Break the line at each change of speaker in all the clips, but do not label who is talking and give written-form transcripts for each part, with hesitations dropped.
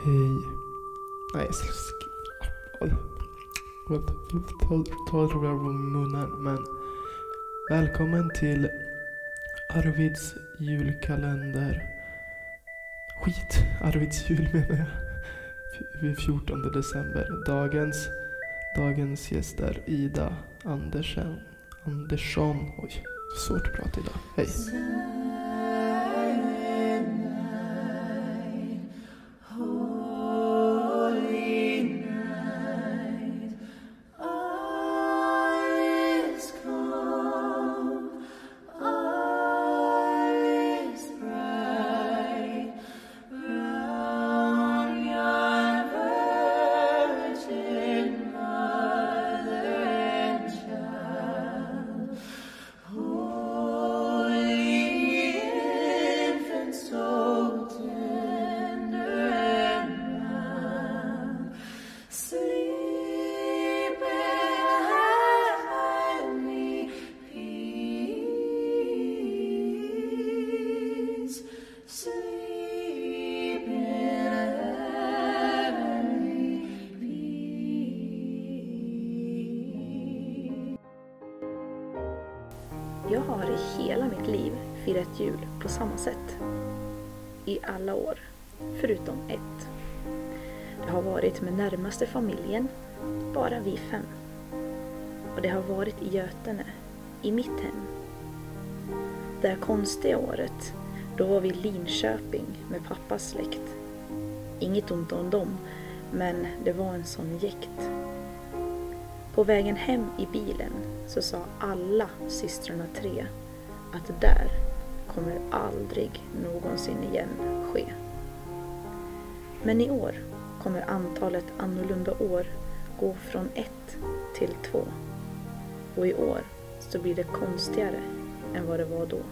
Hej. Nej, oj. Ta tror jag på munnen, men välkommen till Arvids julkalender. Arvids jul menar jag. 14 december. Dagens gäst är Ida Andersson. Oj, svårt att prata idag. Hej.
Jag har i hela mitt liv firat jul på samma sätt. I alla år, förutom ett. Det har varit med närmaste familjen, bara vi 5. Och det har varit i Götene, i mitt hem. Det här konstiga året, då var vi i Linköping med pappas släkt. Inget ont om dem, men det var en sån jäkt. På vägen hem i bilen så sa alla systrarna 3 att det där kommer aldrig någonsin igen ske. Men i år kommer antalet annorlunda år gå från 1 till 2. Och i år så blir det konstigare än vad det var då.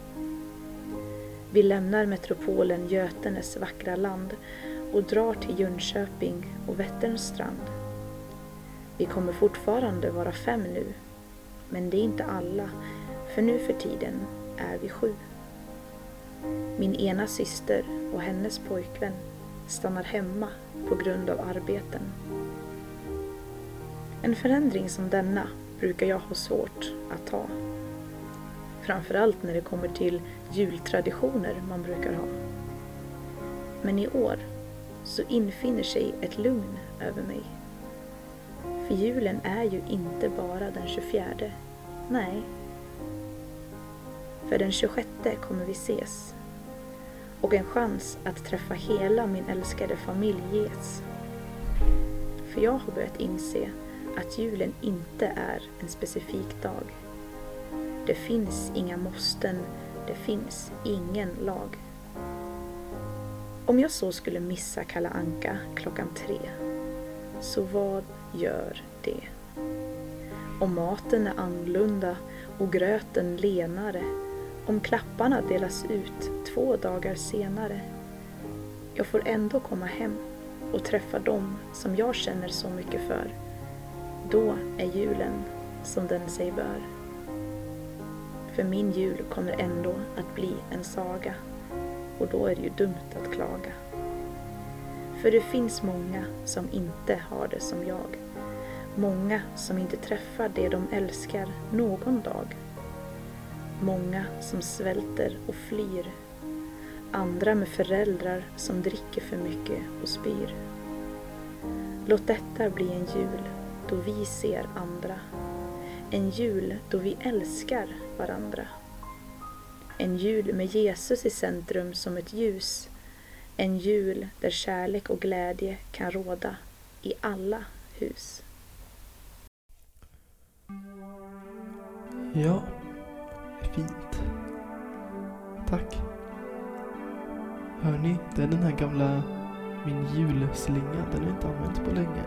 Vi lämnar metropolen Götenes vackra land och drar till Jönköping och Vätterns strand. Vi kommer fortfarande vara 5 nu, men det är inte alla, för nu för tiden är vi 7. Min ena syster och hennes pojkvän stannar hemma på grund av arbeten. En förändring som denna brukar jag ha svårt att ta. Framförallt när det kommer till jultraditioner man brukar ha. Men i år så infinner sig ett lugn över mig. För julen är ju inte bara den 24. Nej. För den 26 kommer vi ses. Och en chans att träffa hela min älskade familj ges. För jag har börjat inse att julen inte är en specifik dag. Det finns inga måsten, det finns ingen lag. Om jag så skulle missa Kalle Anka klockan 3, så vad gör det? Om maten är annorlunda och gröten lenare, om klapparna delas ut 2 dagar senare, jag får ändå komma hem och träffa dem som jag känner så mycket för. Då är julen som den sig bör. För min jul kommer ändå att bli en saga, och då är det ju dumt att klaga. För det finns många som inte har det som jag. Många som inte träffar det de älskar någon dag. Många som svälter och flyr. Andra med föräldrar som dricker för mycket och spyr. Låt detta bli en jul då vi ser andra. En jul då vi älskar varandra. En jul med Jesus i centrum som ett ljus. En jul där kärlek och glädje kan råda i alla hus.
Ja, fint. Tack. Hör ni, det är den här gamla min julslinga. Den är inte använt på länge.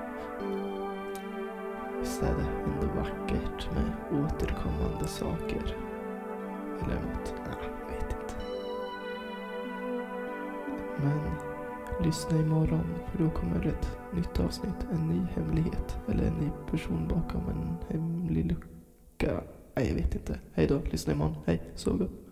Visst är det ändå vackert med återkommande saker. Eller något. Nej, jag vet inte. Men lyssna imorgon, för då kommer ett nytt avsnitt. En ny hemlighet. Eller en ny person bakom en hemlig lucka. Nej, jag vet inte. Hej då, lyssna imorgon. Hej, sov gott.